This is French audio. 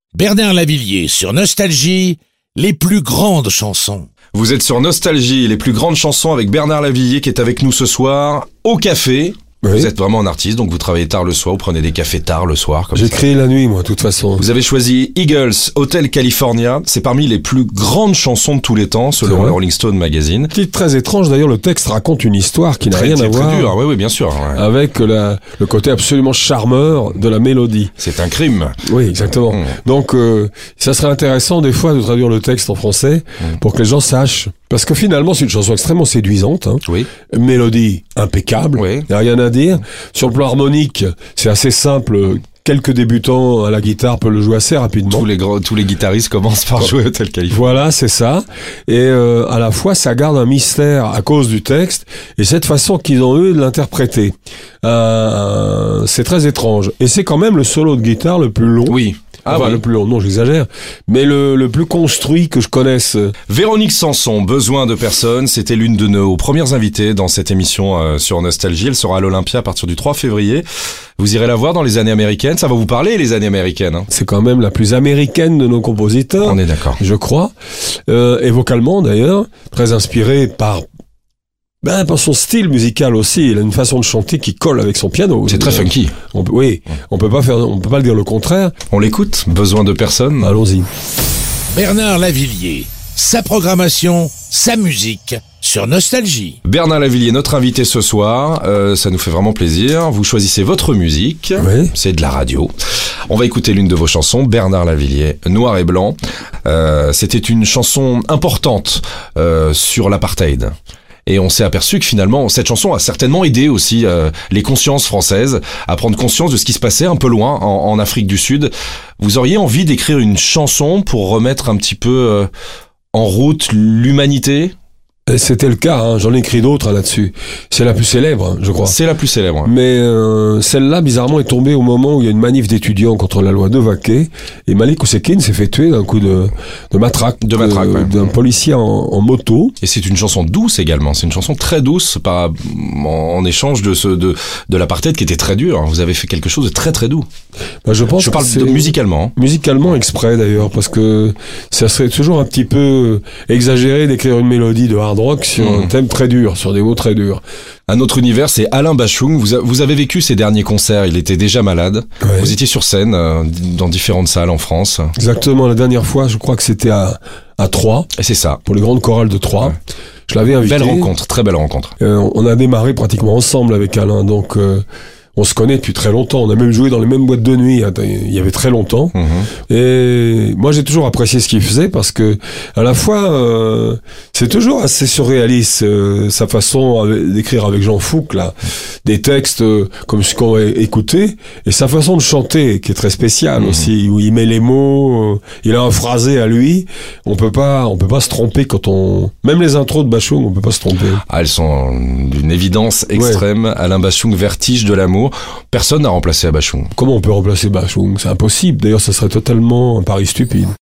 Bernard Lavilliers sur Nostalgie, les plus grandes chansons. Vous êtes sur Nostalgie, les plus grandes chansons avec Bernard Lavilliers qui est avec nous ce soir au café. Oui. Vous êtes vraiment un artiste, donc vous travaillez tard le soir, vous prenez des cafés tard le soir. J'écris la nuit, moi, de toute façon. Vous avez choisi Eagles, Hotel California. C'est parmi les plus grandes chansons de tous les temps, selon le Rolling Stone Magazine. Titre très étrange, d'ailleurs, le texte raconte une histoire qui n'a rien à voir. Très dur, oui, bien sûr. Ouais. Avec le côté absolument charmeur de la mélodie. C'est un crime. Oui, exactement. Donc, ça serait intéressant, des fois, de traduire le texte en français pour que les gens sachent. Parce que finalement, c'est une chanson extrêmement séduisante. Hein. Oui. Mélodie impeccable. Oui. Il n'y a rien à dire. Sur le plan harmonique, c'est assez simple. Quelques débutants à la guitare peuvent le jouer assez rapidement. Tous les guitaristes commencent par jouer Hotel California. Voilà, c'est ça. Et à la fois, ça garde un mystère à cause du texte et cette façon qu'ils ont eu de l'interpréter. C'est très étrange. Et c'est quand même le solo de guitare le plus long. Oui. Le plus long, non, j'exagère, mais le plus construit que je connaisse. Véronique Sanson, Besoin de personne, c'était l'une de nos premières invitées dans cette émission sur Nostalgie. Elle sera à l'Olympia à partir du 3 février. Vous irez la voir dans les années américaines. Ça va vous parler, les années américaines, hein. C'est quand même la plus américaine de nos compositeurs. On est d'accord. Je crois. Et vocalement, d'ailleurs, très inspiré par son style musical aussi, il a une façon de chanter qui colle avec son piano. C'est très funky. On peut pas le dire le contraire. On l'écoute, Besoin de personne. Allons-y. Bernard Lavilliers, sa programmation, sa musique sur Nostalgie. Bernard Lavilliers, notre invité ce soir, ça nous fait vraiment plaisir. Vous choisissez votre musique, c'est de la radio. On va écouter l'une de vos chansons, Bernard Lavilliers, Noir et Blanc. C'était une chanson importante sur l'apartheid. Et on s'est aperçu que finalement, cette chanson a certainement aidé aussi les consciences françaises à prendre conscience de ce qui se passait un peu loin en Afrique du Sud. Vous auriez envie d'écrire une chanson pour remettre un petit peu en route l'humanité ? C'était le cas, hein. J'en ai écrit d'autres là-dessus. C'est la plus célèbre, je crois. C'est la plus célèbre. Mais celle-là, bizarrement, est tombée au moment où il y a une manif d'étudiants contre la loi Devaquet, et Malik Oussekine s'est fait tuer d'un coup de matraque, d'un policier en moto. Et c'est une chanson douce également. C'est une chanson très douce en échange de l'apartheid qui était très dur. Vous avez fait quelque chose de très très doux. Je parle musicalement. Musicalement exprès d'ailleurs, parce que ça serait toujours un petit peu exagéré d'écrire une mélodie de hard rock sur un thème très dur, sur des mots très durs. Un autre univers, c'est Alain Bachung. Vous avez vécu ses derniers concerts, il était déjà malade. Ouais. Vous étiez sur scène dans différentes salles en France. Exactement, la dernière fois, je crois que c'était à Troyes. Et c'est ça. Pour les grandes chorales de Troyes. Ouais. Je l'avais invité. Belle rencontre, très belle rencontre. On a démarré pratiquement ensemble avec Alain, donc on se connaît depuis très longtemps. On a même joué dans les mêmes boîtes de nuit il y avait très longtemps. Et moi, j'ai toujours apprécié ce qu'il faisait parce que, à la fois, c'est toujours assez surréaliste, sa façon d'écrire avec Jean Fouque, là, des textes comme ce qu'on a écouté, et sa façon de chanter, qui est très spéciale aussi, où il met les mots, il a un phrasé à lui. On peut pas se tromper même les intros de Bachung, on peut pas se tromper. Elles sont d'une évidence extrême. Ouais. Alain Bachung, Vertige de l'amour. Personne n'a remplacé Bachung. Comment on peut remplacer Bachung ? C'est impossible. D'ailleurs, ça serait totalement un pari stupide.